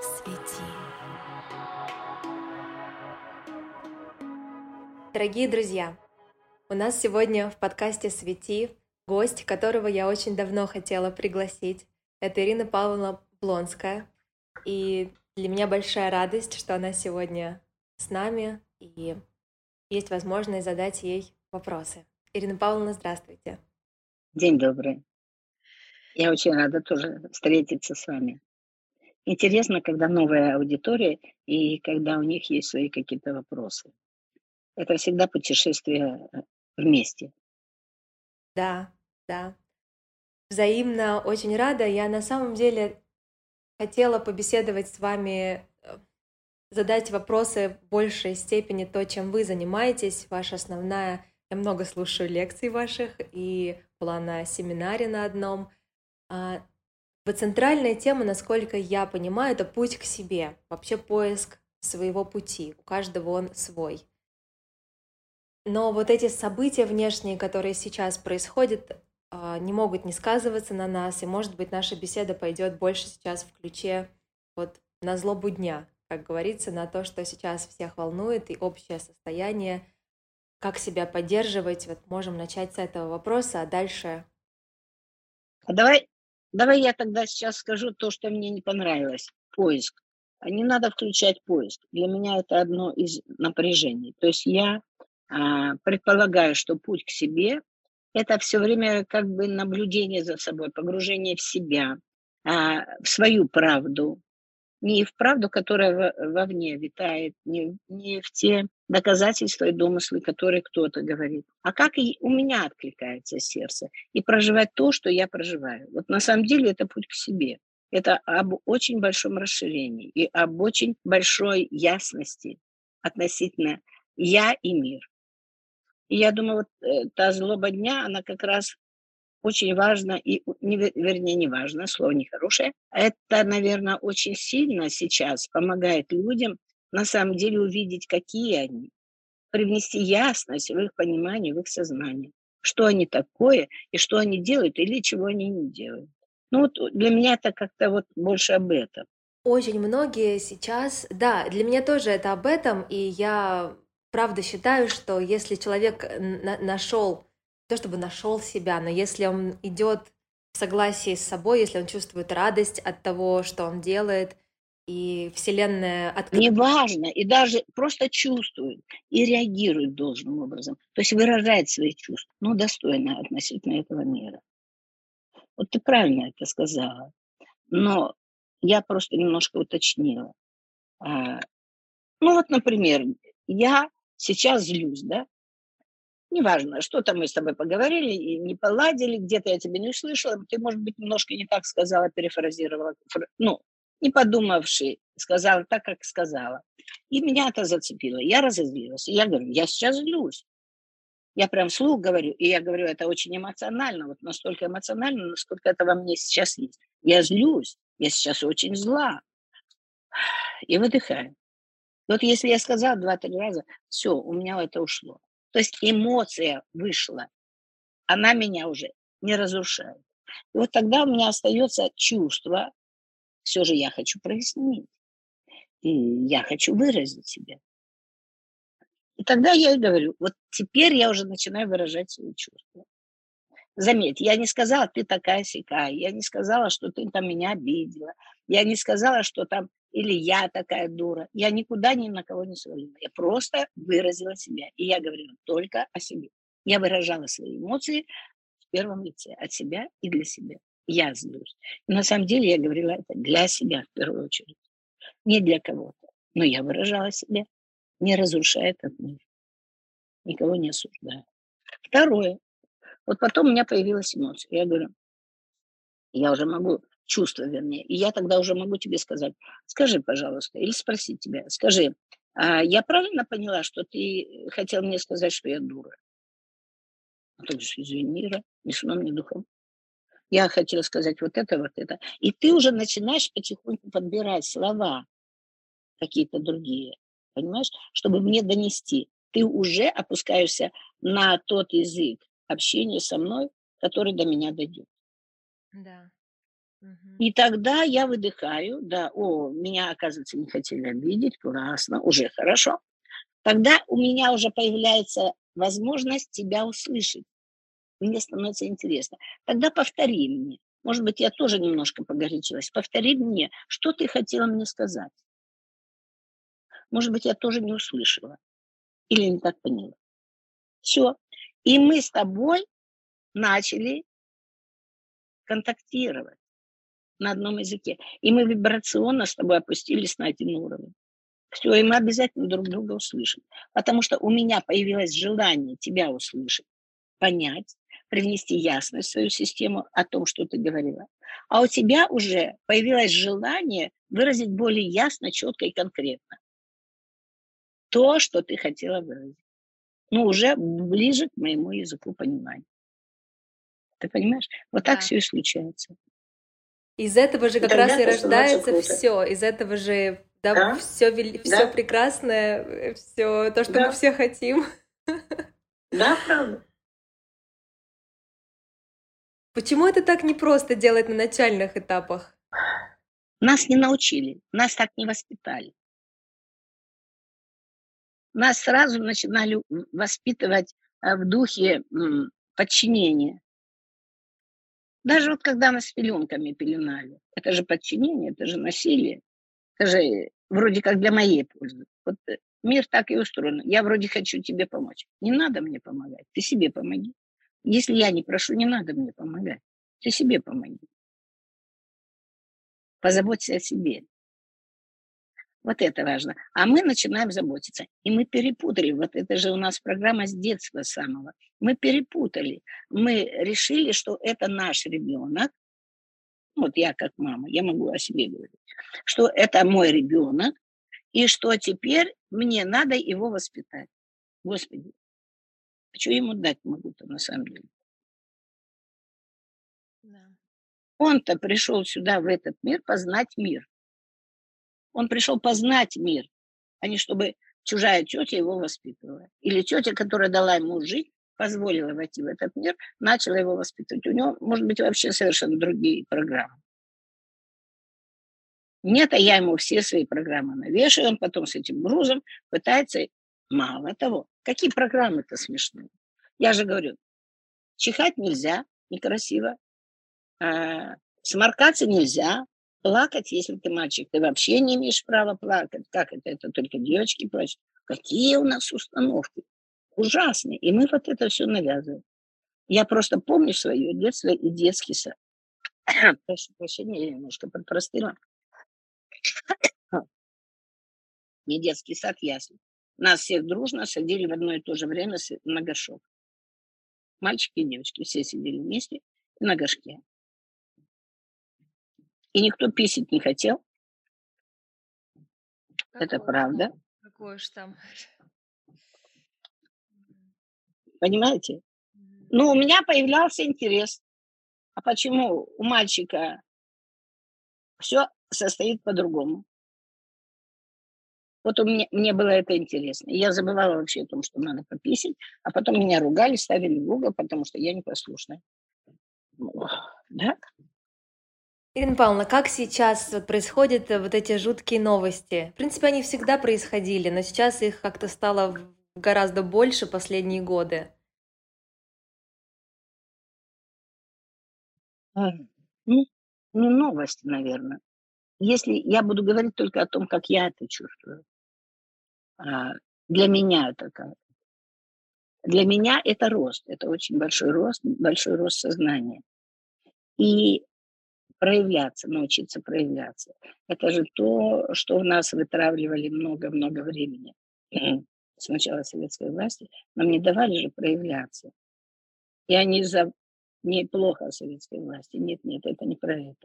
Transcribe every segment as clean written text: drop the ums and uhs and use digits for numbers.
Свети. Дорогие друзья, у нас сегодня в подкасте «Свети» гость, которого я очень давно хотела пригласить. Это Ирина Павловна Блонская. И для меня большая радость, что она сегодня с нами, и есть возможность задать ей вопросы. Ирина Павловна, здравствуйте. День добрый. Я очень рада тоже встретиться с вами. Интересно, когда новая аудитория и когда у них есть свои какие-то вопросы. Это всегда путешествие вместе. Да, да. Взаимно очень рада. Я на самом деле хотела побеседовать с вами, задать вопросы в большей степени то, чем вы занимаетесь. Ваша основная... Я много слушаю лекций ваших и была на семинаре на одном. Центральная тема, насколько я понимаю, это путь к себе, вообще поиск своего пути. У каждого он свой. Но вот эти события внешние, которые сейчас происходят, не могут не сказываться на нас, и, может быть, наша беседа пойдет больше сейчас в ключе вот на злобу дня, как говорится, на то, что сейчас всех волнует, и общее состояние, как себя поддерживать. Вот можем начать с этого вопроса, а дальше... А давай я тогда сейчас скажу то, что мне не понравилось. Поиск. Не надо включать поиск. Для меня это одно из напряжений. То есть я предполагаю, что путь к себе — это все время как бы наблюдение за собой, погружение в себя, в свою правду, не в правду, которая вовне витает, не в те доказательства и домыслы, которые кто-то говорит, а как и у меня откликается сердце, и проживать то, что я проживаю. Вот на самом деле это путь к себе. Это об очень большом расширении и об очень большой ясности относительно я и мир. И я думаю, вот та злоба дня, она как раз очень важно и вернее, не важно, слово нехорошее. Это, наверное, очень сильно сейчас помогает людям на самом деле увидеть, какие они, привнести ясность в их понимание, в их сознание, что они такое и что они делают или чего они не делают. Ну вот для меня это как-то вот больше об этом. Очень многие сейчас, да, для меня тоже это об этом, и я правда считаю, что если человек нашел, то чтобы нашел себя, но если он идет в согласии с собой, если он чувствует радость от того, что он делает, и Вселенная открыта. Неважно, и даже просто чувствует и реагирует должным образом. То есть выражает свои чувства, но достойно относительно этого мира. Вот ты правильно это сказала. Но я просто немножко уточнила. А, ну вот, например, я сейчас злюсь, да? Неважно, что-то мы с тобой поговорили и не поладили, где-то я тебя не услышала, ты, может быть, немножко не так сказала, перефразировала, ну, не подумавши, сказала так, как сказала. И меня это зацепило. Я разозлилась. И я говорю, я сейчас злюсь. Я прям вслух говорю, и я говорю, это очень эмоционально, вот настолько эмоционально, насколько это во мне сейчас есть. Я злюсь, я сейчас очень зла. И выдыхаю. Вот если я сказала 2-3 раза, все, у меня это ушло. То есть эмоция вышла, она меня уже не разрушает. И вот тогда у меня остается чувство, все же я хочу прояснить, и я хочу выразить себя. И тогда я и говорю, вот теперь я уже начинаю выражать свои чувства. Заметь, я не сказала: "Ты такая-сякая", я не сказала, что ты там меня обидела, я не сказала, что там или я такая дура. Я никуда ни на кого не свалила. Я просто выразила себя, и я говорила только о себе. Я выражала свои эмоции в первом лице, от себя и для себя. Я злюсь. И на самом деле я говорила это для себя в первую очередь, не для кого-то. Но я выражала себя, не разрушая этот мир, никого не осуждая. Второе. Вот потом у меня появилась эмоция. Я говорю: я уже могу, чувство вернее, и я тогда уже могу тебе сказать: "Скажи, пожалуйста", или спросить тебя: "Скажи, я правильно поняла, что ты хотел мне сказать, что я дура?" А ты говоришь: "Извини, Ира, ни сном, ни духом. Я хотела сказать вот это, вот это". И ты уже начинаешь потихоньку подбирать слова какие-то другие, понимаешь, чтобы мне донести. Ты уже опускаешься на тот язык общения со мной, который до меня дойдет. Да. И тогда я выдыхаю, да, меня, оказывается, не хотели обидеть, классно, уже хорошо. Тогда у меня уже появляется возможность тебя услышать. Мне становится интересно. Тогда повтори мне. Может быть, я тоже немножко погорячилась. Повтори мне, что ты хотела мне сказать. Может быть, я тоже не услышала. Или не так поняла. Все. И мы с тобой начали контактировать на одном языке. И мы вибрационно с тобой опустились на один уровень. Все, и мы обязательно друг друга услышим. Потому что у меня появилось желание тебя услышать, понять, привнести ясность в свою систему о том, что ты говорила. А у тебя уже появилось желание выразить более ясно, четко и конкретно то, что ты хотела выразить. Ну, уже ближе к моему языку понимания. Ты понимаешь? Вот так Да. все и случается. Из этого же И как раз тогда и это становится рождается круто. все. Из этого же Да? все Да. прекрасное, все то, что Да. мы все хотим. Да, правда. Почему это так непросто делать на начальных этапах? Нас не научили, нас так не воспитали. Нас сразу начинали воспитывать в духе подчинения. Даже вот когда нас пеленками пеленали, это же подчинение, это же насилие, это же вроде как для моей пользы. Вот мир так и устроен. Я вроде хочу тебе помочь. Не надо мне помогать, ты себе помоги. Если я не прошу, не надо мне помогать. Ты себе помоги. Позаботься о себе. Вот это важно. А мы начинаем заботиться. И мы перепутали. Вот это же у нас программа с детства самого. Мы перепутали. Мы решили, что это наш ребенок. Вот я как мама, я могу о себе говорить. Что это мой ребенок. И что теперь мне надо его воспитать. Господи, что ему дать могу-то на самом деле? Да. Он-то пришел сюда, в этот мир, познать мир. Он пришел познать мир, а не чтобы чужая тетя его воспитывала. Или тетя, которая дала ему жить, позволила войти в этот мир, начала его воспитывать. У него, может быть, вообще совершенно другие программы. Нет, а я ему все свои программы навешаю, он потом с этим грузом пытается... Мало того, какие программы-то смешные. Я же говорю, чихать нельзя, некрасиво, сморкаться нельзя, плакать, если ты мальчик, ты вообще не имеешь права плакать. Как это? Это только девочки плачут. Какие у нас установки? Ужасные. И мы вот это все навязываем. Я просто помню свое детство и детский сад. Прошу прощения, я немножко подпростыла. Не детский сад, ясно. Нас всех дружно садили в одно и то же время на горшок. Мальчики и девочки все сидели вместе на горшке. И никто писать не хотел. Это правда. Какое ж там. Понимаете? Но у меня появлялся интерес. А почему у мальчика все состоит по-другому? Вот мне было это интересно. И я забывала вообще о том, что надо пописать, а потом меня ругали, ставили в угол, потому что я непослушная. Да? Ирина Павловна, как сейчас вот происходят вот эти жуткие новости? В принципе, они всегда происходили, но сейчас их как-то стало гораздо больше последние годы. Ну, не новости, наверное. Если я буду говорить только о том, как я это чувствую. Для меня это как? Для меня это рост. Это очень большой рост сознания. И проявляться, научиться проявляться. Это же то, что в нас вытравливали много-много времени. С начала советской власти нам не давали же проявляться. Я не плохо о советской власти. Нет, это не про это.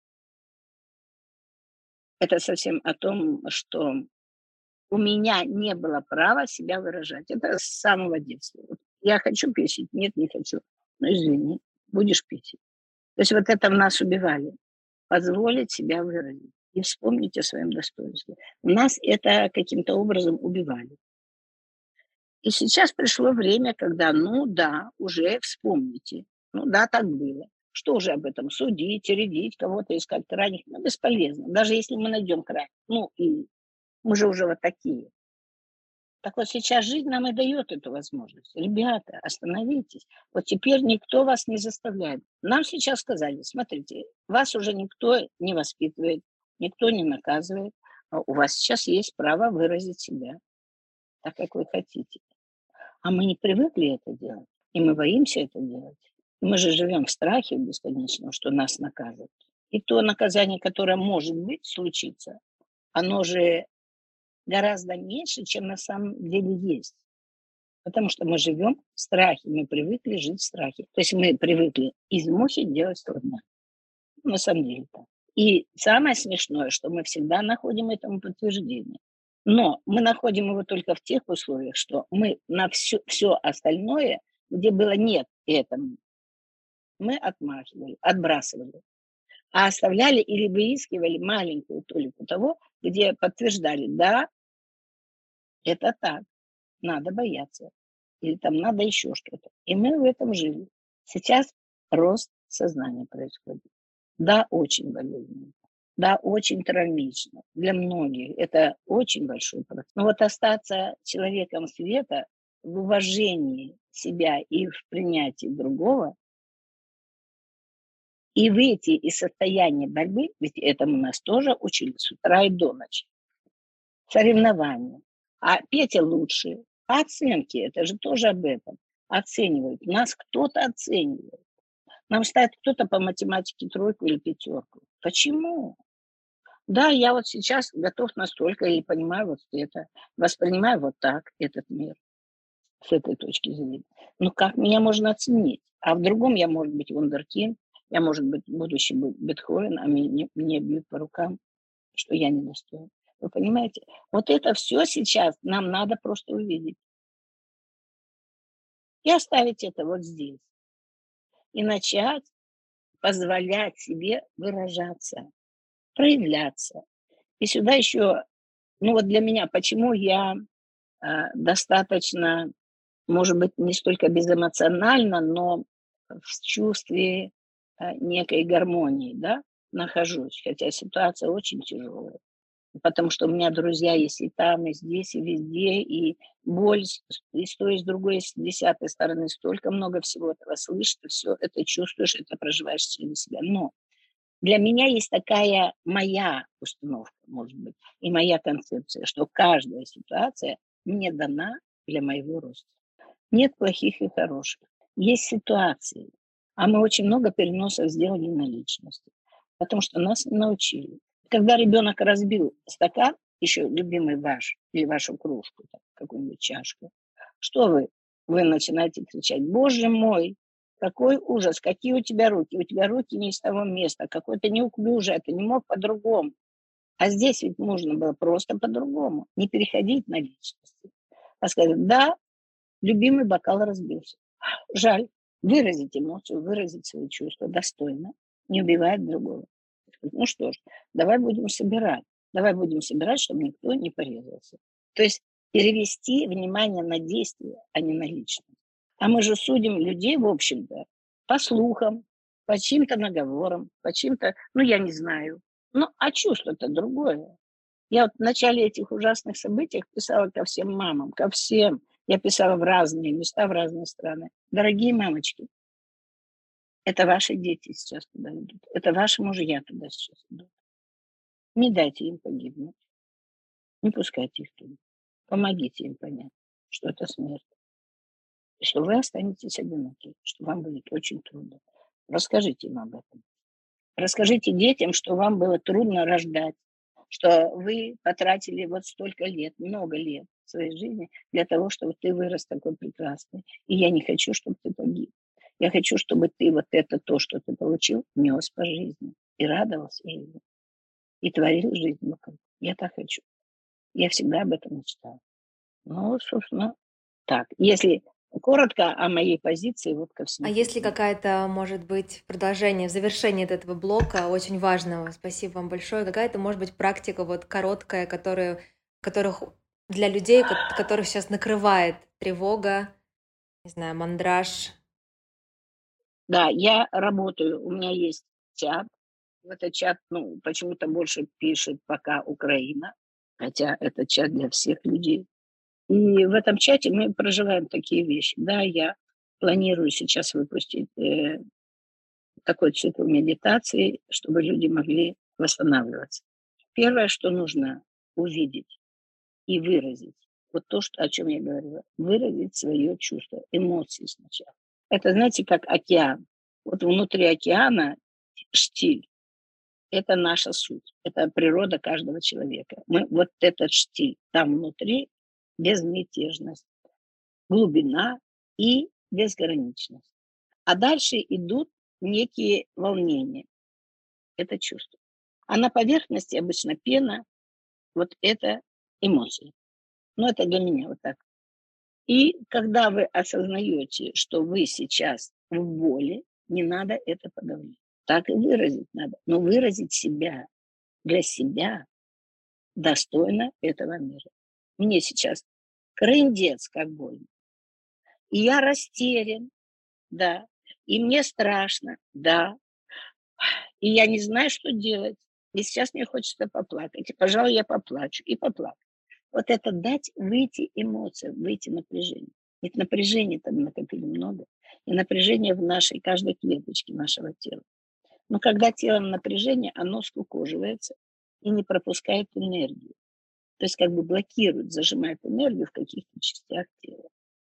Это совсем о том, что у меня не было права себя выражать. Это с самого детства. Вот я хочу песить, нет, не хочу. Ну, извини, будешь петь. То есть вот это в нас убивали. Позволить себя выразить и вспомнить о своем достоинстве. Нас это каким-то образом убивали. И сейчас пришло время, когда, ну да, уже вспомните. Ну да, так было. Что уже об этом судить, рядить, кого-то искать крайних? Ну, бесполезно. Даже если мы найдем крайних. Ну, и мы же уже вот такие. Так вот сейчас жизнь нам и дает эту возможность. Ребята, остановитесь. Вот теперь никто вас не заставляет. Нам сейчас сказали, смотрите, вас уже никто не воспитывает, никто не наказывает. А у вас сейчас есть право выразить себя так, как вы хотите. А мы не привыкли это делать, и мы боимся это делать. И мы же живем в страхе бесконечном, что нас накажут. И то наказание, которое может быть, случится, оно же гораздо меньше, чем на самом деле есть. Потому что мы живем в страхе, мы привыкли жить в страхе. То есть мы привыкли из мухи делать трудно. На самом деле так. И самое смешное, что мы всегда находим этому подтверждение. Но мы находим его только в тех условиях, что мы на все остальное, где было нет этому, мы отмахивали, отбрасывали. А оставляли или выискивали маленькую толику того, где подтверждали, да, это так, надо бояться. Или там надо еще что-то. И мы в этом жили. Сейчас рост сознания происходит. Да, очень болезненно. Да, очень травмично. Для многих это очень большой процесс. Но вот остаться человеком света в уважении себя и в принятии другого, и выйти из состояния борьбы, ведь этому нас тоже учили с утра и до ночи, соревнования. А Петя лучше. А оценки, это же тоже об этом. Оценивают. Нас кто-то оценивает. Нам ставит кто-то по математике 3 или 5. Почему? Да, я вот сейчас готов настолько и понимаю вот это, воспринимаю вот так этот мир с этой точки зрения. Ну как меня можно оценить? А в другом я, может быть, вундеркинд, я, может быть, будущий Бетховен, а мне бьют по рукам, что я не достоин. Вы понимаете? Вот это все сейчас нам надо просто увидеть. И оставить это вот здесь. И начать позволять себе выражаться, проявляться. И сюда еще, ну вот для меня, почему я достаточно, может быть, не столько безэмоционально, но в чувстве некой гармонии, да, нахожусь, хотя ситуация очень тяжелая. Потому что у меня друзья есть и там, и здесь, и везде, и боль и с той, и с другой, и с 10-й стороны. Столько много всего этого слышишь, ты все это чувствуешь, это проживаешь через себя. Но для меня есть такая моя установка, может быть, и моя концепция, что каждая ситуация мне дана для моего роста. Нет плохих и хороших. Есть ситуации, а мы очень много переносов сделали на личности, потому что нас не научили. Когда ребенок разбил стакан, еще любимый ваш, или вашу кружку, какую-нибудь чашку, что вы? Вы начинаете кричать: «Боже мой, какой ужас, какие у тебя руки! У тебя руки не из того места, какой-то неуклюжий, ты не мог по-другому». А здесь ведь нужно было просто по-другому, не переходить на личности. А сказать: да, любимый бокал разбился. Жаль. Выразить эмоцию, выразить свои чувства достойно, не убивает другого. Ну что ж, давай будем собирать. Давай будем собирать, чтобы никто не порезался. То есть перевести внимание на действие, а не на личность. А мы же судим людей, в общем-то, по слухам, по чьим-то наговорам, по чьим-то, ну, я не знаю. Ну, а чувство-то другое. Я вот в начале этих ужасных событий писала ко всем мамам, ко всем. Я писала в разные места, в разные страны. Дорогие мамочки, это ваши дети сейчас туда идут. Это ваши мужья туда сейчас идут. Не дайте им погибнуть. Не пускайте их туда. Помогите им понять, что это смерть. И что вы останетесь одиноки, что вам будет очень трудно. Расскажите им об этом. Расскажите детям, что вам было трудно рождать, что вы потратили вот столько лет, много лет своей жизни для того, чтобы ты вырос такой прекрасный. И я не хочу, чтобы ты погиб. Я хочу, чтобы ты вот это то, что ты получил, нес по жизни и радовался жизни, и творил жизнь вокруг. Я так хочу. Я всегда об этом мечтала. Ну, собственно, так. Если коротко о моей позиции вот ко А всему. есть ли какая-то, может быть, продолжение, в завершении этого блока, очень важного, спасибо вам большое, какая-то, может быть, практика вот короткая, которых для людей, которых сейчас накрывает тревога, не знаю, мандраж, Да, я работаю, у меня есть чат. В этот чат, ну, почему-то больше пишет пока Украина, хотя это чат для всех людей. И в этом чате мы проживаем такие вещи. Да, я планирую сейчас выпустить такой цикл медитации, чтобы люди могли восстанавливаться. Первое, что нужно увидеть и выразить, вот то, что, о чем я говорила, выразить свое чувство, эмоции сначала. Это, знаете, как океан. Вот внутри океана штиль. Это наша суть, это природа каждого человека. Мы вот этот штиль, там внутри безмятежность, глубина и безграничность. А дальше идут некие волнения, это чувство. А на поверхности обычно пена, вот это эмоции. Ну, это для меня вот так. И когда вы осознаете, что вы сейчас в боли, не надо это подавлять. Так и выразить надо. Но выразить себя для себя достойно этого мира. Мне сейчас крындец как больно. И я растерян, да. И мне страшно, да. И я не знаю, что делать. И сейчас мне хочется поплакать. И, пожалуй, я поплачу. И поплакать. Вот это дать выйти эмоциям, выйти напряжение. Ведь напряжения там накопили много. И напряжение в нашей каждой клеточке нашего тела. Но когда тело в напряжении, оно скукоживается и не пропускает энергию. То есть как бы блокирует, зажимает энергию в каких-то частях тела.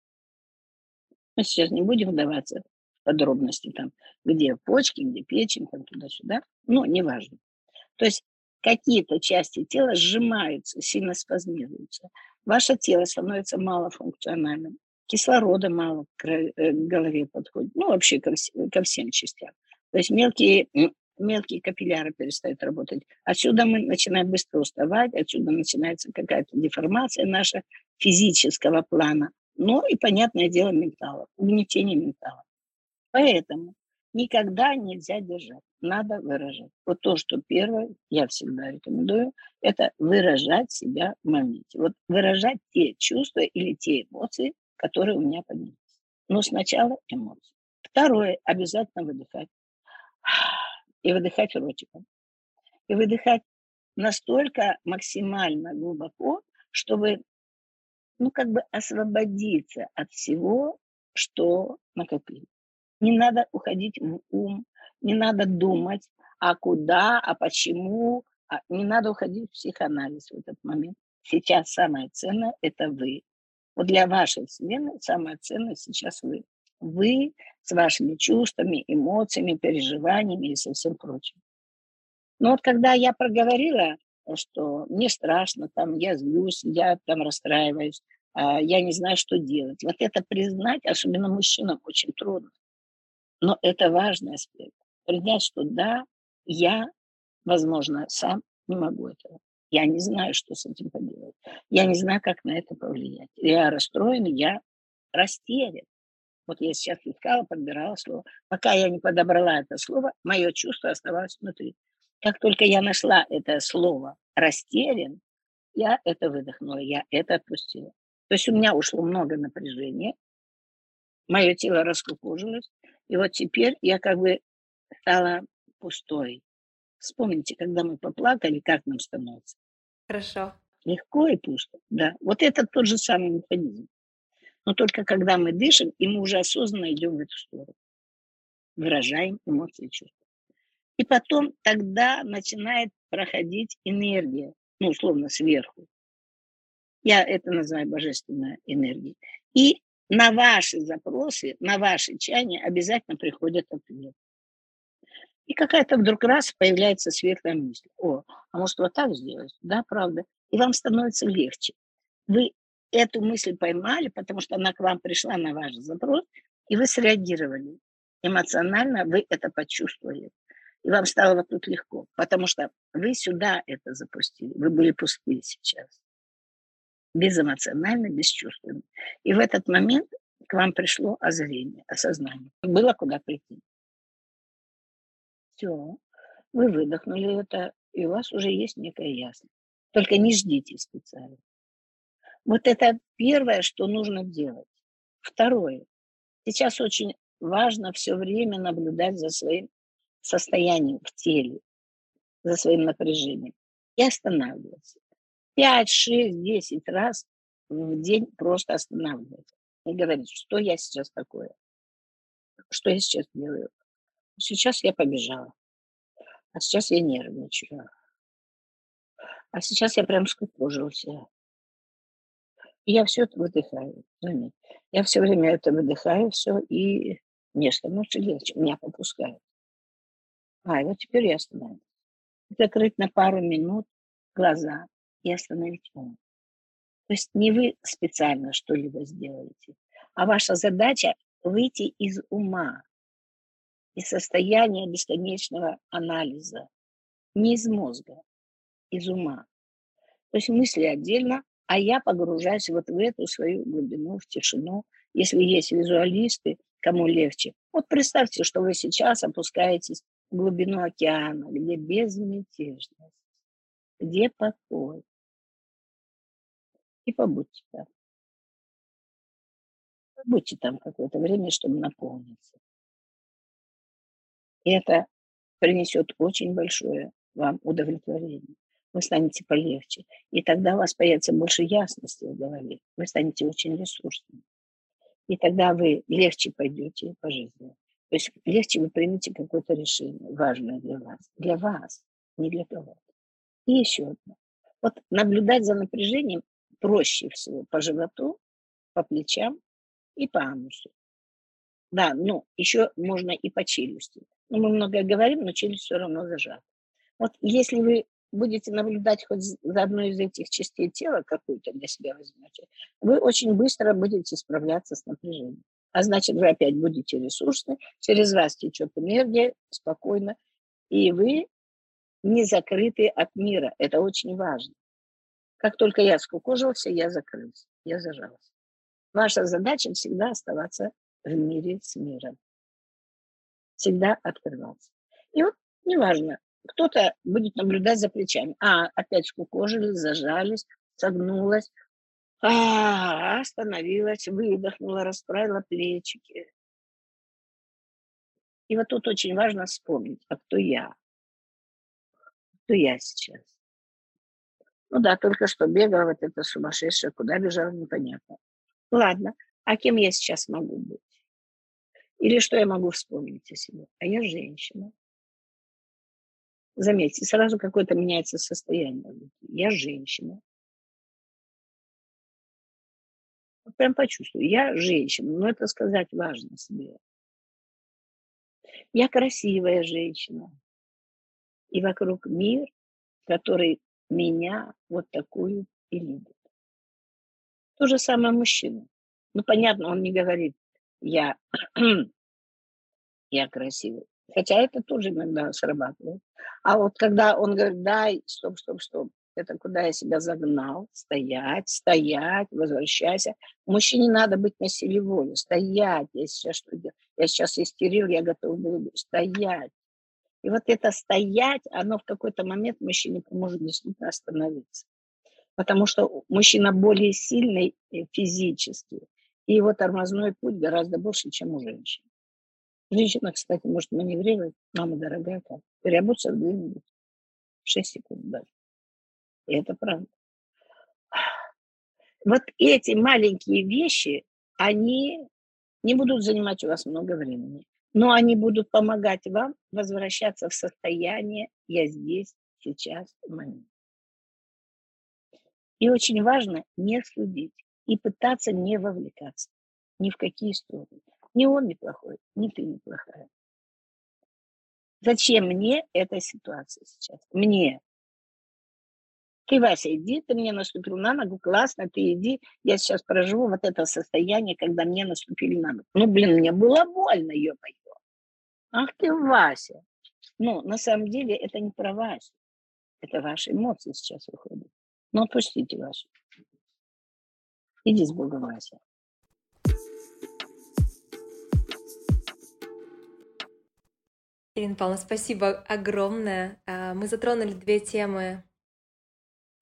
Мы сейчас не будем вдаваться в подробности, там, где почки, где печень, там, туда-сюда. Ну, неважно. То есть какие-то части тела сжимаются, сильно спазмируются. Ваше тело становится малофункциональным. Кислорода мало к голове подходит. Ну, вообще ко всем частям. То есть мелкие капилляры перестают работать. Отсюда мы начинаем быстро уставать, отсюда начинается какая-то деформация наша физического плана. Ну и, понятное дело, ментала, угнетение ментала. Поэтому никогда нельзя держать, надо выражать. Вот то, что первое, я всегда рекомендую, это выражать себя в моменте. Вот выражать те чувства или те эмоции, которые у меня поднялись. Но сначала эмоции. Второе, обязательно выдыхать. И выдыхать ротиком. И выдыхать настолько максимально глубоко, чтобы, ну, как бы освободиться от всего, что накопилось. Не надо уходить в ум, не надо думать, а куда, а почему. Не надо уходить в психоанализ в этот момент. Сейчас самое ценное – это вы. Вот для вашей вселенной самое ценное сейчас вы. Вы с вашими чувствами, эмоциями, переживаниями и со всем прочим. Но вот когда я проговорила, что мне страшно, там, я злюсь, я там расстраиваюсь, я не знаю, что делать. Вот это признать, особенно мужчинам, очень трудно. Но это важный аспект. Принять, что да, я, возможно, сам не могу этого. Я не знаю, что с этим поделать. Я не знаю, как на это повлиять. Я расстроен, я растерян. Вот я сейчас искала, подбирала слово. Пока я не подобрала это слово, мое чувство оставалось внутри. Как только я нашла это слово «растерян», я это выдохнула, я это отпустила. То есть у меня ушло много напряжения, мое тело раскукожилось, и вот теперь я как бы стала пустой. Вспомните, когда мы поплакали, как нам становится? Хорошо. Легко и пусто, да. Вот это тот же самый механизм. Но только когда мы дышим, и мы уже осознанно идем в эту сторону, выражаем эмоции и чувства. И потом тогда начинает проходить энергия, ну, условно, сверху. Я это называю божественной энергией. И на ваши запросы, на ваши чаяния обязательно приходят ответы. И какая-то вдруг раз появляется светлая мысль. О, а может вот так сделать? Да, правда. И вам становится легче. Вы эту мысль поймали, потому что она к вам пришла на ваш запрос, и вы среагировали. Эмоционально вы это почувствовали. И вам стало вот тут легко, потому что вы сюда это запустили. Вы были пустые сейчас. Безэмоционально, бесчувственно. И в этот момент к вам пришло озарение, осознание. Было куда прийти. Все. Вы выдохнули это, и у вас уже есть некая ясность. Только не ждите специально. Вот это первое, что нужно делать. Второе. Сейчас очень важно все время наблюдать за своим состоянием в теле, за своим напряжением и останавливаться. 5, 6, 10 раз в день просто останавливаться и говорить, что я сейчас такое, что я сейчас делаю. Сейчас я побежала, а сейчас я нервничаю, а сейчас я прям скукожился. И я все это выдыхаю, заметь. Я все время это выдыхаю все и мне становится легче, меня попускает. И вот теперь я остановлюсь. Закрыть на пару минут глаза и остановить ум. То есть не вы специально что-либо сделаете, а ваша задача выйти из ума, из состояния бесконечного анализа, не из мозга, из ума. То есть мысли отдельно, а я погружаюсь вот в эту свою глубину, в тишину. Если есть визуалисты, кому легче. Вот представьте, что вы сейчас опускаетесь в глубину океана, где безмятежность, где покой. И побудьте там. Побудьте там какое-то время, чтобы наполниться. И это принесет очень большое вам удовлетворение. Вы станете полегче. И тогда у вас появится больше ясности в голове. Вы станете очень ресурсными. И тогда вы легче пойдете по жизни. То есть легче вы примете какое-то решение, важное для вас. Для вас, не для кого-то. И еще одно. Вот наблюдать за напряжением проще всего по животу, по плечам и по анусу. Да, ну, еще можно и по челюсти. Ну, мы много говорим, но челюсть все равно зажата. Вот если вы будете наблюдать хоть за одной из этих частей тела, какую-то для себя возьмете, вы очень быстро будете справляться с напряжением. А значит, вы опять будете ресурсны, через вас течет энергия спокойно, и вы не закрыты от мира. Это очень важно. Как только я скукожился, я закрылся, я зажался. Ваша задача всегда оставаться в мире с миром. Всегда открываться. И вот неважно, кто-то будет наблюдать за плечами. Опять скукожились, зажались, согнулась, остановилась, выдохнула, расправила плечики. И вот тут очень важно вспомнить, кто я? Кто я сейчас? Ну да, только что бегала вот эта сумасшедшая, куда бежала, непонятно. Ладно, а кем я сейчас могу быть? Или что я могу вспомнить о себе? А я женщина. Заметьте, сразу какое-то меняется состояние. Я женщина. Вот прям почувствую. Я женщина. Но это сказать важно себе. Я красивая женщина. И вокруг мир, который меня вот такую и любит. То же самое мужчина. Ну, понятно, он не говорит, я красивый. Хотя это тоже иногда срабатывает. А вот когда он говорит, дай, стоп, это куда я себя загнал, стоять, возвращайся. Мужчине надо быть на силе воли, стоять, я сейчас что делаю? Я сейчас истерил, я готов был стоять. И вот это стоять, оно в какой-то момент мужчине поможет действительно остановиться. Потому что мужчина более сильный физически, и его тормозной путь гораздо больше, чем у женщин. Женщина, кстати, может маневрировать, мама дорогая, как переобуться в 2 минуты, 6 секунд даже. И это правда. Вот эти маленькие вещи, они не будут занимать у вас много времени, но они будут помогать вам возвращаться в состояние «я здесь, сейчас, в моменте». И очень важно не судить и пытаться не вовлекаться ни в какие стороны. Ни он неплохой, ни ты неплохая. Зачем мне эта ситуация сейчас? Мне. Ты, Вася, иди, ты мне наступил на ногу, классно, ты иди, я сейчас проживу вот это состояние, когда мне наступили на ногу. Ну, блин, мне было больно, ё-моё. Ах ты, Вася. Ну, на самом деле, это не про Васю. Это ваши эмоции сейчас выходят. Ну, отпустите Васю. Иди с Богом, Вася. Ирина Павловна, спасибо огромное. Мы затронули 2 темы.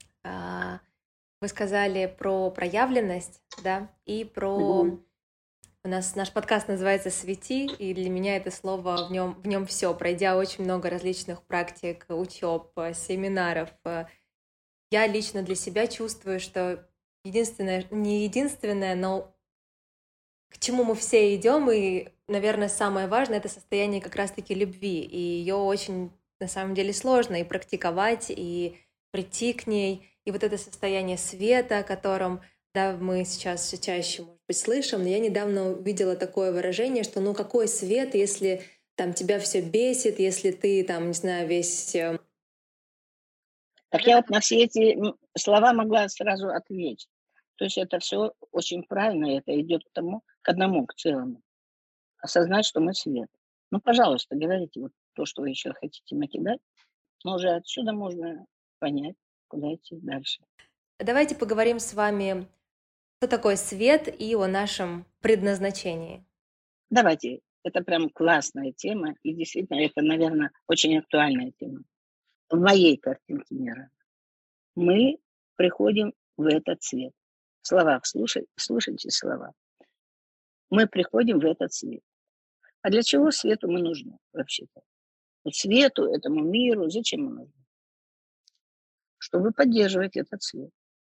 Вы сказали про проявленность, да, и про У нас наш подкаст называется «Свети», и для меня это слово в нем все. Пройдя очень много различных практик, учеб, семинаров, я лично для себя чувствую, что единственное, не единственное, но к чему мы все идем, и, наверное, самое важное — это состояние как раз-таки любви, и ее очень, на самом деле, сложно и практиковать, и прийти к ней, и вот это состояние света, о котором, да, мы сейчас все чаще, может быть, слышим, но я недавно увидела такое выражение, что ну какой свет, если там тебя все бесит, если ты там, не знаю, весь... Так я вот на все эти слова могла сразу ответить. То есть это все очень правильно, и это идет к одному, к целому. Осознать, что мы свет. Ну, пожалуйста, говорите вот то, что вы еще хотите накидать. Но уже отсюда можно понять, куда идти дальше. Давайте поговорим с вами, что такое свет и о нашем предназначении. Давайте. Это прям классная тема, и действительно, это, наверное, очень актуальная тема. В моей картинке мира мы приходим в этот свет. Слова, слушайте слова. Мы приходим в этот свет. А для чего свету мы нужны вообще-то? Вот свету, этому миру, зачем мы нужны? Чтобы поддерживать этот свет.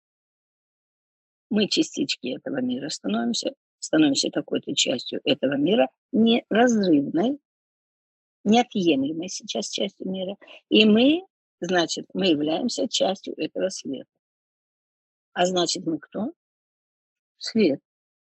Мы частички этого мира становимся какой-то частью этого мира, неразрывной, неотъемлемой сейчас частью мира. И мы являемся частью этого света. А значит, мы кто? Свет.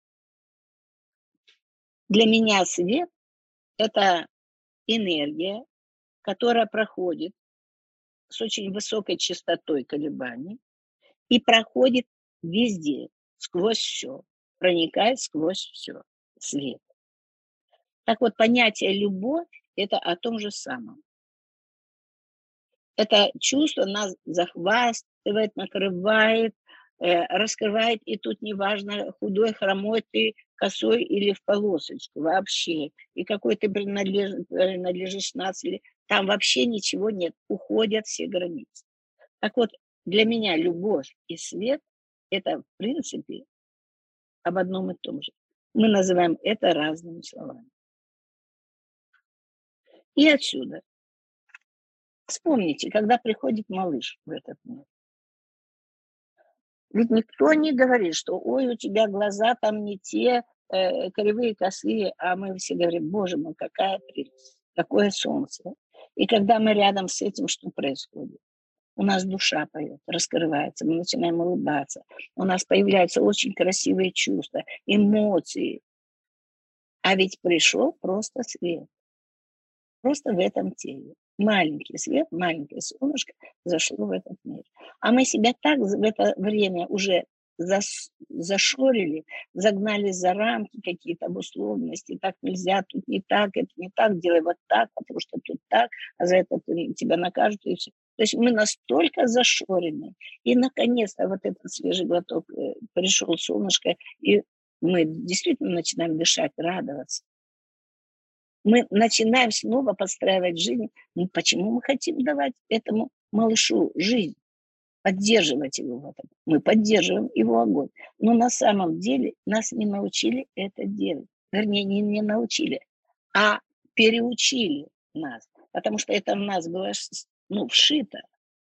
Для меня свет – это энергия, которая проходит с очень высокой частотой колебаний и проходит везде, сквозь все, проникает сквозь все, свет. Так вот, понятие «любовь» – это о том же самом. Это чувство нас захватывает, накрывает, раскрывает, и тут неважно, худой, хромой ты, косой или в полосочку, вообще. И какой ты принадлежишь нации, там вообще ничего нет, уходят все границы. Так вот, для меня любовь и свет – это, в принципе, об одном и том же. Мы называем это разными словами. И отсюда. Вспомните, когда приходит малыш в этот мир. Ведь никто не говорит, что ой, у тебя глаза там не те, кривые, косые, а мы все говорим, боже мой, какая прелесть, какое солнце. И когда мы рядом с этим, что происходит? У нас душа поет, раскрывается, мы начинаем улыбаться, у нас появляются очень красивые чувства, эмоции. А ведь пришел просто свет, просто в этом теле. Маленький свет, маленькое солнышко зашло в этот мир. А мы себя так в это время уже зашорили, загнали за рамки какие-то обусловленности. Так нельзя, тут не так, это не так, делай вот так, потому что тут так, а за это тебя накажут и все. То есть мы настолько зашорены. И, наконец-то, вот этот свежий глоток пришел солнышко, и мы действительно начинаем дышать, радоваться. Мы начинаем снова подстраивать жизнь. Почему мы хотим давать этому малышу жизнь? Поддерживать его в этом. Мы поддерживаем его огонь. Но на самом деле нас не научили это делать. Вернее, не научили, а переучили нас. Потому что это в нас было вшито.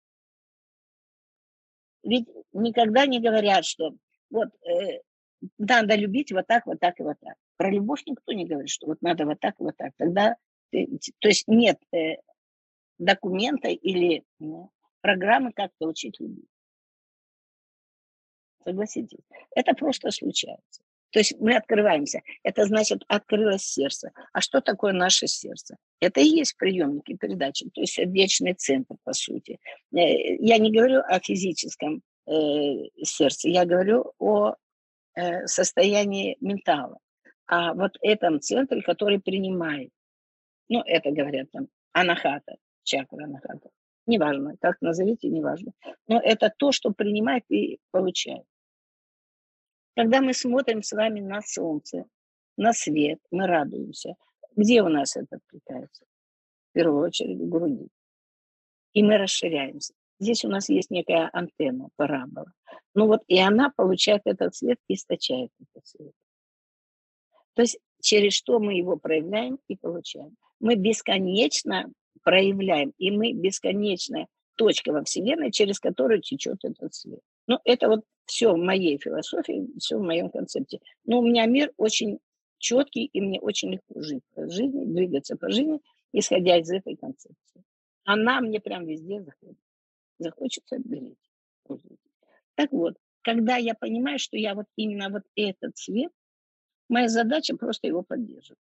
Ведь никогда не говорят, что вот надо любить вот так, вот так и вот так. Про любовь никто не говорит, что вот надо вот так и вот так. Тогда, то есть нет документа или программы, как научить любить. Согласитесь, это просто случается. То есть мы открываемся. Это значит, открылось сердце. А что такое наше сердце? Это и есть приемники передачи, то есть сердечный центр, по сути. Я не говорю о физическом сердце, я говорю о состоянии ментала. А вот этом центре, который принимает, это говорят там, анахата, чакра анахата. Неважно, как назовите, неважно. Но это то, что принимает и получает. Когда мы смотрим с вами на солнце, на свет, мы радуемся. Где у нас это откликается? В первую очередь в груди. И мы расширяемся. Здесь у нас есть некая антенна, парабола. И она получает этот свет и источает этот свет. То есть через что мы его проявляем и получаем. Мы бесконечно проявляем, и мы бесконечная точка во Вселенной, через которую течет этот свет. Ну, это вот все в моей философии, все в моем концепте. Но у меня мир очень четкий, и мне очень легко жить по жизни, двигаться по жизни, исходя из этой концепции. Она мне прям везде заходит. Захочется — берите, пользуйтесь. Так вот, когда я понимаю, что я вот именно вот этот свет, моя задача просто его поддерживать.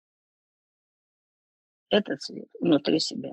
Этот свет внутри себя.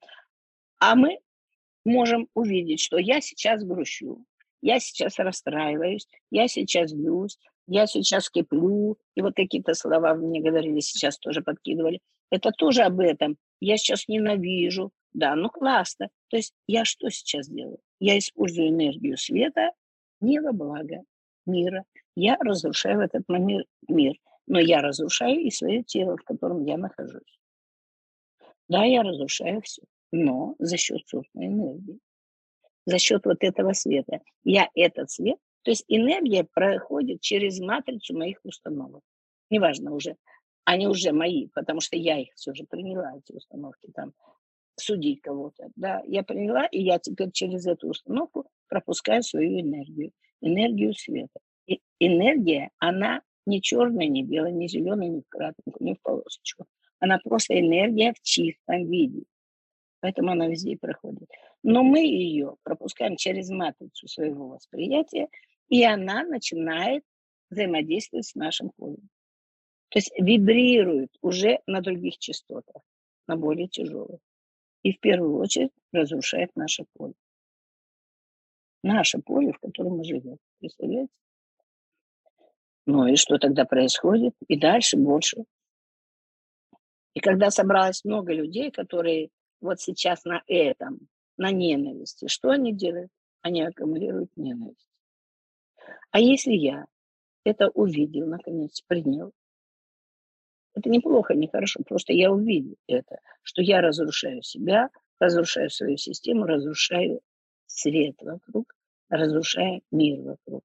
А мы можем увидеть, что я сейчас грущу, я сейчас расстраиваюсь, я сейчас злюсь, я сейчас киплю, и вот какие-то слова вы мне говорили, сейчас тоже подкидывали. Это тоже об этом. Я сейчас ненавижу. Да, ну классно. То есть я что сейчас делаю? Я использую энергию света не во благо мира. Я разрушаю в этот момент мир, но я разрушаю и свое тело, в котором я нахожусь. Да, я разрушаю все, но за счет собственной энергии, за счет вот этого света. Я этот свет, то есть энергия проходит через матрицу моих установок. Неважно уже, они уже мои, потому что я их все же приняла, эти установки, там, судить кого-то. Да, я приняла, и я теперь через эту установку пропускаю свою энергию, энергию света. И энергия, она не черная, не белая, не зеленая, не в крапинку, не в полосочку. Она просто энергия в чистом виде. Поэтому она везде проходит. Но мы ее пропускаем через матрицу своего восприятия, и она начинает взаимодействовать с нашим полем. То есть вибрирует уже на других частотах, на более тяжелых. И в первую очередь разрушает наше поле. Наше поле, в котором мы живем. Представляете? Ну и что тогда происходит? И дальше больше. И когда собралось много людей, которые вот сейчас на этом, на ненависти, что они делают? Они аккумулируют ненависть. А если я это увидел, наконец, принял, это неплохо, не хорошо, просто я увидел это, что я разрушаю себя, разрушаю свою систему, разрушаю свет вокруг, разрушаю мир вокруг.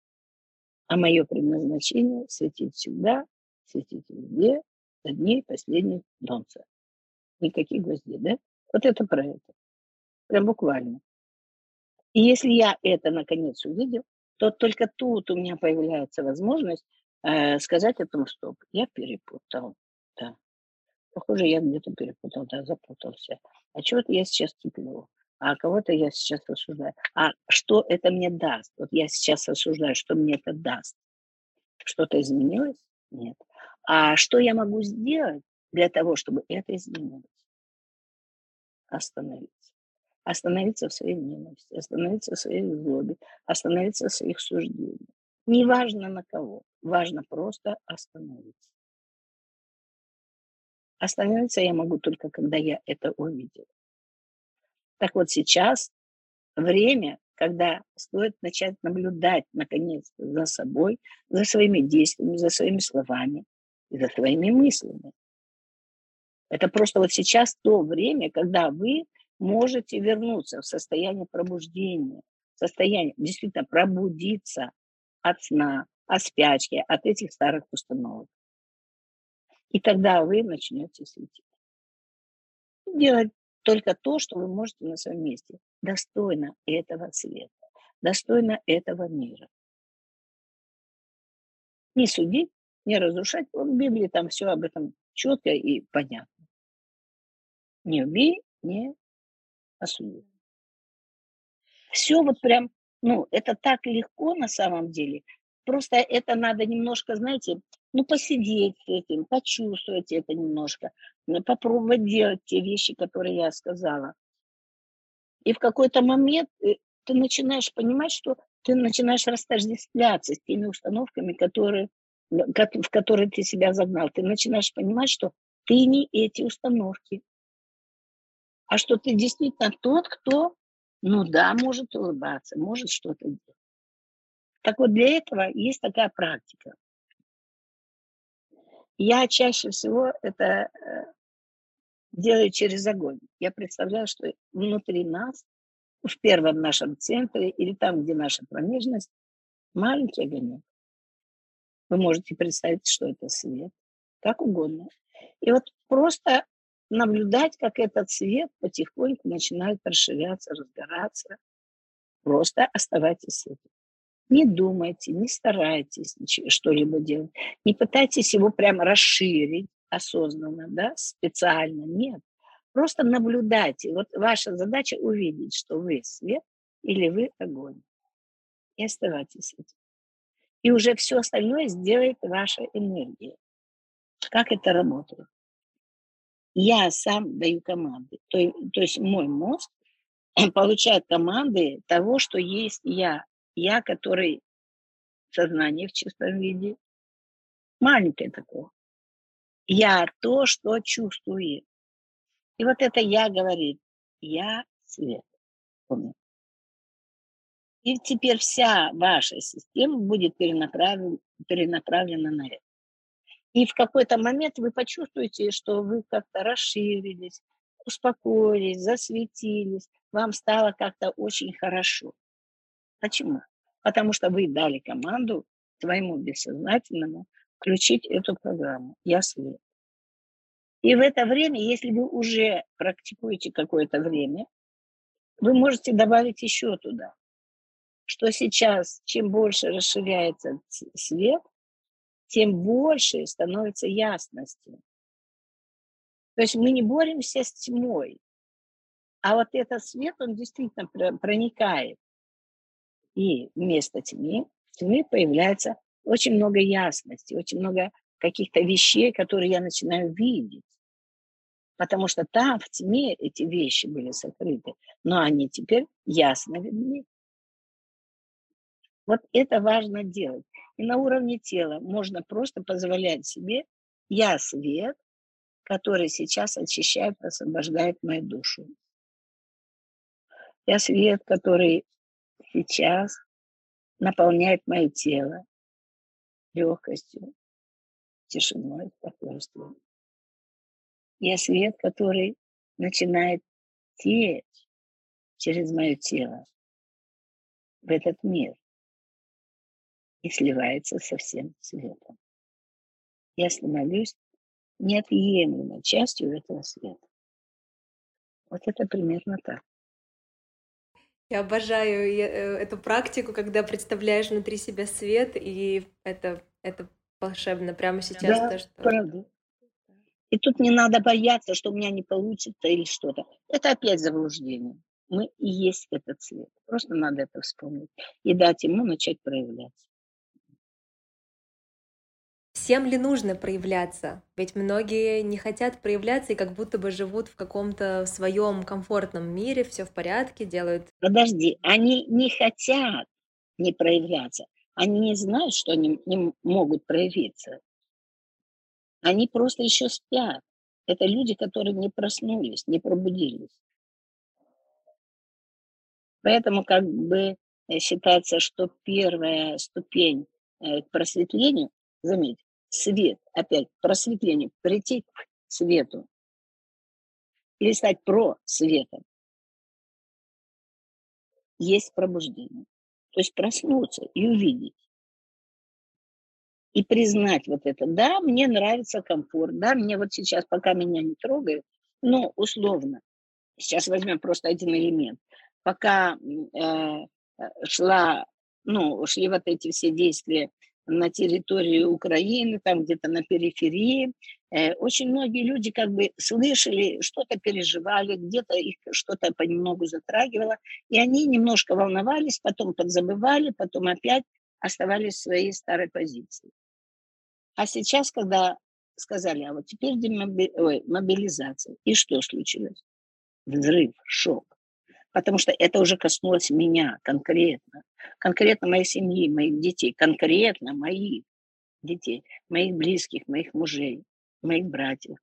А мое предназначение — светить всегда, светить везде, до дней последних Солнца. Никаких гвоздей, да? Вот это про это. Прям буквально. И если я это наконец увидел, то только тут у меня появляется возможность сказать этому: стоп, я перепутал. Да. Похоже, я где-то перепутал, да, запутался. А чего-то я сейчас киплю, а кого-то я сейчас осуждаю. А что это мне даст? Вот я сейчас осуждаю, что мне это даст? Что-то изменилось? Нет. А что я могу сделать для того, чтобы это изменилось? Остановиться. Остановиться в своей ненависти, остановиться в своей злобе, остановиться в своих суждениях. Не важно на кого, важно просто остановиться. Остановиться я могу только, когда я это увидел. Так вот сейчас время, когда стоит начать наблюдать, наконец, за собой, за своими действиями, за своими словами и за своими мыслями. Это просто вот сейчас то время, когда вы можете вернуться в состояние пробуждения, в состояние действительно пробудиться от сна, от спячки, от этих старых установок. И тогда вы начнете светить. Делать только то, что вы можете на своем месте. Достойно этого света, достойно этого мира. Не судить, не разрушать. Вот в Библии там все об этом четко и понятно. Не убей, не осуди. Все вот прям, ну, это так легко на самом деле. Просто это надо немножко, знаете, ну, посидеть с этим, почувствовать это немножко, попробовать делать те вещи, которые я сказала. И в какой-то момент ты начинаешь понимать, что ты начинаешь растождествляться с теми установками, в которые ты себя загнал. Ты начинаешь понимать, что ты не эти установки, а что ты действительно тот, кто, ну да, может улыбаться, может что-то делать. Так вот, для этого есть такая практика. Я чаще всего это делаю через огонь. Я представляю, что внутри нас, в первом нашем центре или там, где наша промежность, маленький огонек. Вы можете представить, что это свет. как угодно. И вот просто наблюдать, как этот свет потихоньку начинает расширяться, разгораться. Просто оставайтесь с этим. Не думайте, не старайтесь что-либо делать. Не пытайтесь его прямо расширить осознанно, да, специально. Нет. Просто наблюдайте. Вот ваша задача увидеть, что вы свет или вы огонь. И оставайтесь с этим. И уже все остальное сделает ваша энергия. Как это работает? Я сам даю команды. То есть мой мозг получает команды того, что есть я. Я, который сознание в чистом виде, маленькое такое. Я то, что чувствую. И вот это я говорит, я свет. Помните? И теперь вся ваша система будет перенаправлена на это. И в какой-то момент вы почувствуете, что вы как-то расширились, успокоились, засветились, вам стало как-то очень хорошо. Почему? Потому что вы дали команду своему бессознательному включить эту программу «Я свет». И в это время, если вы уже практикуете какое-то время, вы можете добавить еще туда, что сейчас, чем больше расширяется свет, тем больше становится ясности. То есть мы не боремся с тьмой, а вот этот свет, он действительно проникает. И вместо тьмы появляется очень много ясности, очень много каких-то вещей, которые я начинаю видеть. Потому что там, в тьме, эти вещи были сокрыты, но они теперь ясно видны. Вот это важно делать. И на уровне тела можно просто позволять себе «я свет», который сейчас очищает, освобождает мою душу. Я свет, который сейчас наполняет мое тело легкостью, тишиной, спокойствием. Я свет, который начинает течь через мое тело в этот мир и сливается со всем светом. Я становлюсь неотъемлемой частью этого света. Вот это примерно так. Я обожаю эту практику, когда представляешь внутри себя свет, и это волшебно. Прямо сейчас Да, то, что... правда. И тут не надо бояться, что у меня не получится или что-то. Это опять заблуждение. Мы и есть этот свет. Просто надо это вспомнить и дать ему начать проявляться. Всем ли нужно проявляться? Ведь многие не хотят проявляться и как будто бы живут в каком-то своем комфортном мире, все в порядке, делают... Подожди, они не хотят не проявляться. Они не знают, что они не могут проявиться. Они просто еще спят. Это люди, которые не проснулись, не пробудились. Поэтому как бы считается, что первая ступень к просветлению, заметь, свет, опять просветление, прийти к свету или стать просветом, есть пробуждение. То есть проснуться и увидеть. И признать вот это. Да, мне нравится комфорт, да, мне вот сейчас, пока меня не трогают, ну, условно, сейчас возьмем просто один элемент. Пока шли вот эти все действия на территории Украины, там где-то на периферии, очень многие люди как бы слышали, что-то переживали, где-то их что-то понемногу затрагивало, и они немножко волновались, потом подзабывали, потом опять оставались в своей старой позиции. А сейчас, когда сказали, а вот теперь мобилизация, и что случилось? Взрыв, шок. Потому что это уже коснулось меня конкретно моей семьи, моих детей, конкретно моих детей, моих близких, моих мужей, моих братьев.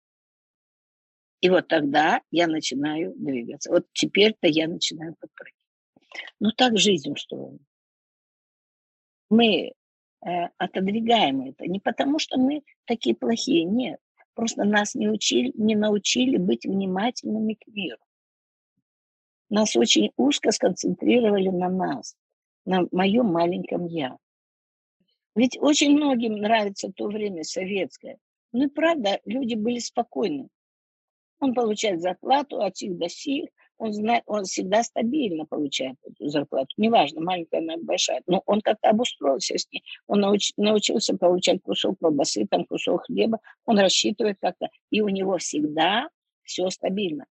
И вот тогда я начинаю двигаться. Вот теперь-то я начинаю подпрыгивать. Ну так жизнь устроена. Мы отодвигаем это не потому, что мы такие плохие, нет. Просто нас не научили быть внимательными к миру. Нас очень узко сконцентрировали на нас, на моем маленьком «я». Ведь очень многим нравится то время советское. Ну и правда, люди были спокойны. Он получает зарплату от сих до сих, он знает, он всегда стабильно получает эту зарплату. Неважно, маленькая она, большая. Но он как-то обустроился с ней. Он научился получать кусок колбасы, там кусок хлеба. Он рассчитывает как-то. И у него всегда все стабильно.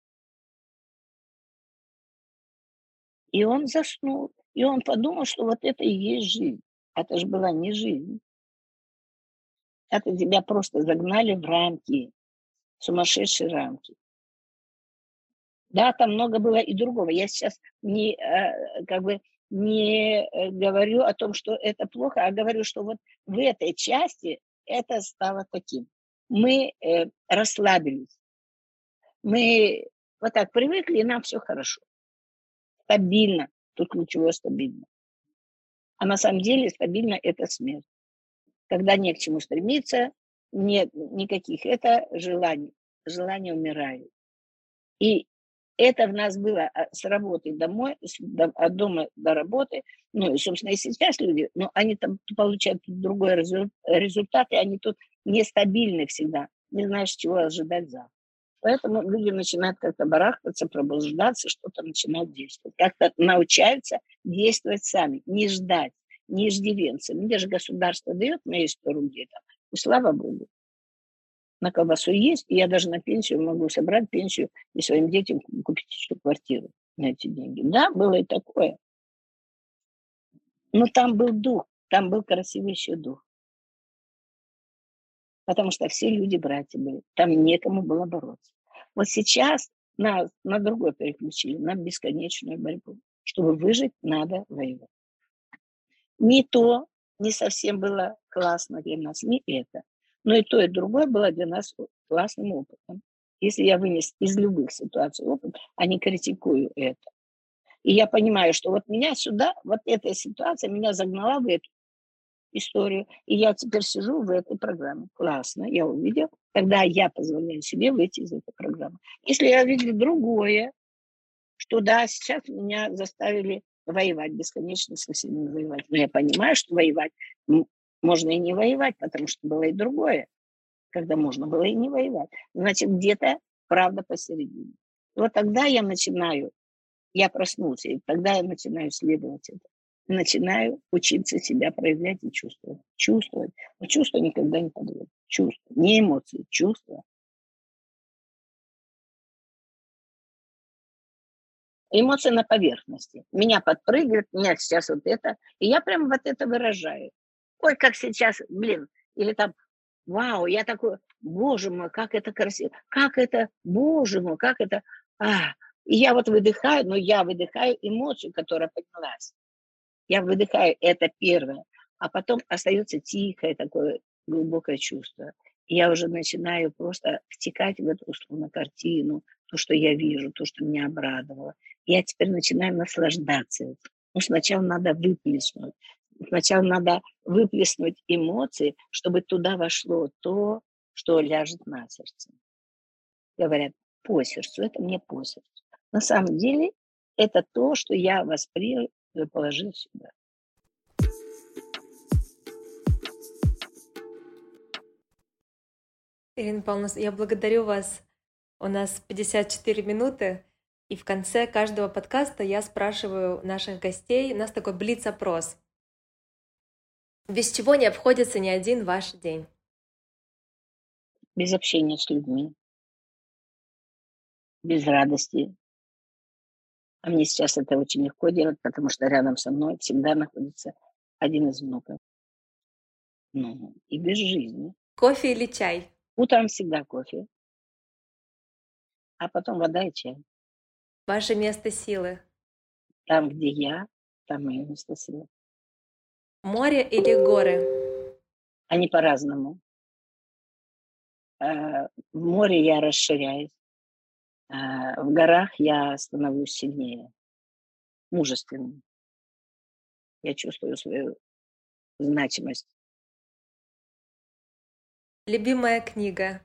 И он заснул. И он подумал, что вот это и есть жизнь. Это же была не жизнь. Это тебя просто загнали в рамки, сумасшедшие рамки. Да, там много было и другого. Я сейчас не, как бы не говорю о том, что это плохо, а говорю, что вот в этой части это стало таким. Мы расслабились, мы вот так привыкли, и нам все хорошо, стабильно. Тут ключевое стабильно. А на самом деле стабильно это смерть. Когда не к чему стремиться, нет никаких, это желаний. Желания умирают. И это в нас было с работы домой, от дома до работы. Ну, и, собственно, и сейчас люди, но они там получают другой результат, и они тут нестабильны всегда. Не знаешь, чего ожидать завтра. Поэтому люди начинают как-то барахтаться, пробуждаться, что-то начинают действовать. Как-то научаются действовать сами, не ждать, не иждивенцы. Мне же государство дает мои 100 рублей, там, и слава Богу. На колбасу есть, и я даже на пенсию могу собрать пенсию и своим детям купить еще квартиру на эти деньги. Да, было и такое. Но там был дух, там был красивый еще дух. Потому что все люди братья были, там некому было бороться. Вот сейчас нас на другое переключили, на бесконечную борьбу. Чтобы выжить, надо воевать. Не то, не совсем было классно для нас, не это. Но и то, и другое было для нас классным опытом. Если я вынес из любых ситуаций опыт, а не критикую это. И я понимаю, что вот меня сюда, вот эта ситуация меня загнала в эту историю, и я теперь сижу в этой программе. Классно, я увидел. Тогда я позволяю себе выйти из этой программы. Если я видел другое, что да, сейчас меня заставили воевать, бесконечно со всеми воевать. Но я понимаю, что воевать можно и не воевать, потому что было и другое, когда можно было и не воевать. Значит, где-то правда посередине. Вот тогда я начинаю, я проснулся, и тогда я начинаю следовать это. Начинаю учиться себя проявлять и чувствовать. Чувствовать. Но чувство никогда не подводит. Чувство. Не эмоции, чувства. Эмоции на поверхности. Меня подпрыгивает, меня сейчас вот это. И я прям вот это выражаю. Ой, как сейчас, блин. Или там, вау, я такой, боже мой, как это красиво. Как это, боже мой, как это. А. И я вот выдыхаю, но я выдыхаю эмоцию, которая поднялась. Я выдыхаю, это первое. А потом остается тихое такое глубокое чувство. И я уже начинаю просто втекать в эту условно картину, то, что я вижу, то, что меня обрадовало. Я теперь начинаю наслаждаться этим. Ну, сначала надо выплеснуть. Сначала надо выплеснуть эмоции, чтобы туда вошло то, что ляжет на сердце. Говорят, по сердцу, это мне по сердцу. На самом деле, это то, что я воспринял и положил сюда. Ирина Павловна, я благодарю вас. У нас 54 минуты, и в конце каждого подкаста я спрашиваю наших гостей, у нас такой блиц-опрос. Без чего не обходится ни один ваш день? Без общения с людьми, без радости. А мне сейчас это очень легко делать, потому что рядом со мной всегда находится один из внуков. Ну, и без жизни. Кофе или чай? Утром всегда кофе, а потом вода и чай. Ваше место силы? Там, где я, там мое место силы. Море или горы? Они по-разному. В море я расширяюсь, в горах я становлюсь сильнее, мужественным. Я чувствую свою значимость. Любимая книга?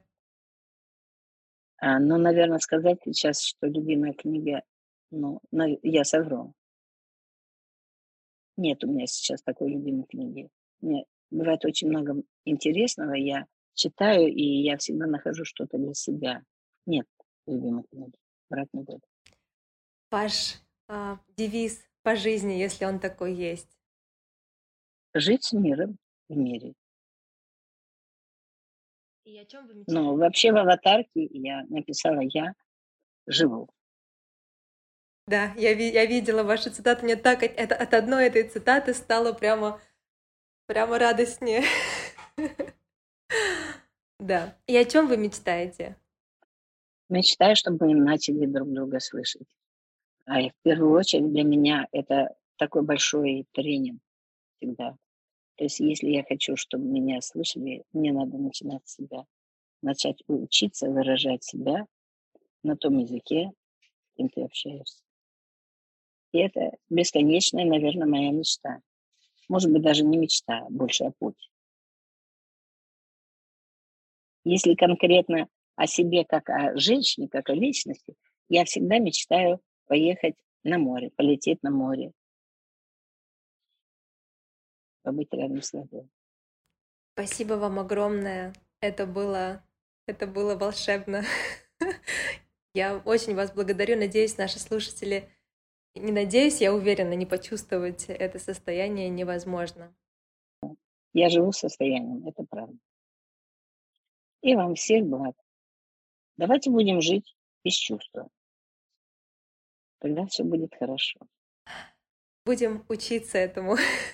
Ну, наверное, сказать сейчас, что любимая книга, ну, я совру. Нет у меня сейчас такой любимой книги. Мне бывает очень много интересного. Я читаю, и я всегда нахожу что-то для себя. Нет любимой книги, брать не буду. Ваш девиз по жизни, если он такой есть? Жить с миром в мире. И о чем вы мечтаете? Но вообще в аватарке я написала «Я живу». Да, я видела ваши цитаты. Мне так от одной этой цитаты стало прямо радостнее. Да. И о чем вы мечтаете? Мечтаю, чтобы мы начали друг друга слышать. А в первую очередь для меня это такой большой тренинг всегда. То есть если я хочу, чтобы меня слышали, мне надо начинать с себя. Начать учиться выражать себя на том языке, с кем ты общаешься. И это бесконечная, наверное, моя мечта. Может быть, даже не мечта, а больше о путь. Если конкретно о себе как о женщине, как о личности, я всегда мечтаю поехать на море, полететь на море, побыть рядом с водой. Спасибо вам огромное. Это было волшебно. Я очень вас благодарю. Надеюсь, наши слушатели, не надеюсь, я уверена, не почувствовать это состояние невозможно. Я живу состоянием, это правда. И вам всех благ. Давайте будем жить без чувства. Тогда все будет хорошо. Будем учиться этому.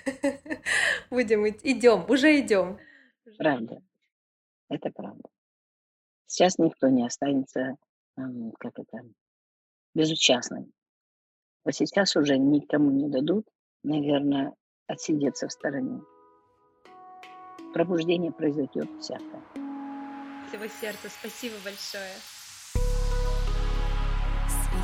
Идем, уже идем. Правда. Это правда. Сейчас никто не останется, безучастным. Вот сейчас уже никому не дадут, наверное, отсидеться в стороне. Пробуждение произойдет всякое. Всего сердца спасибо большое.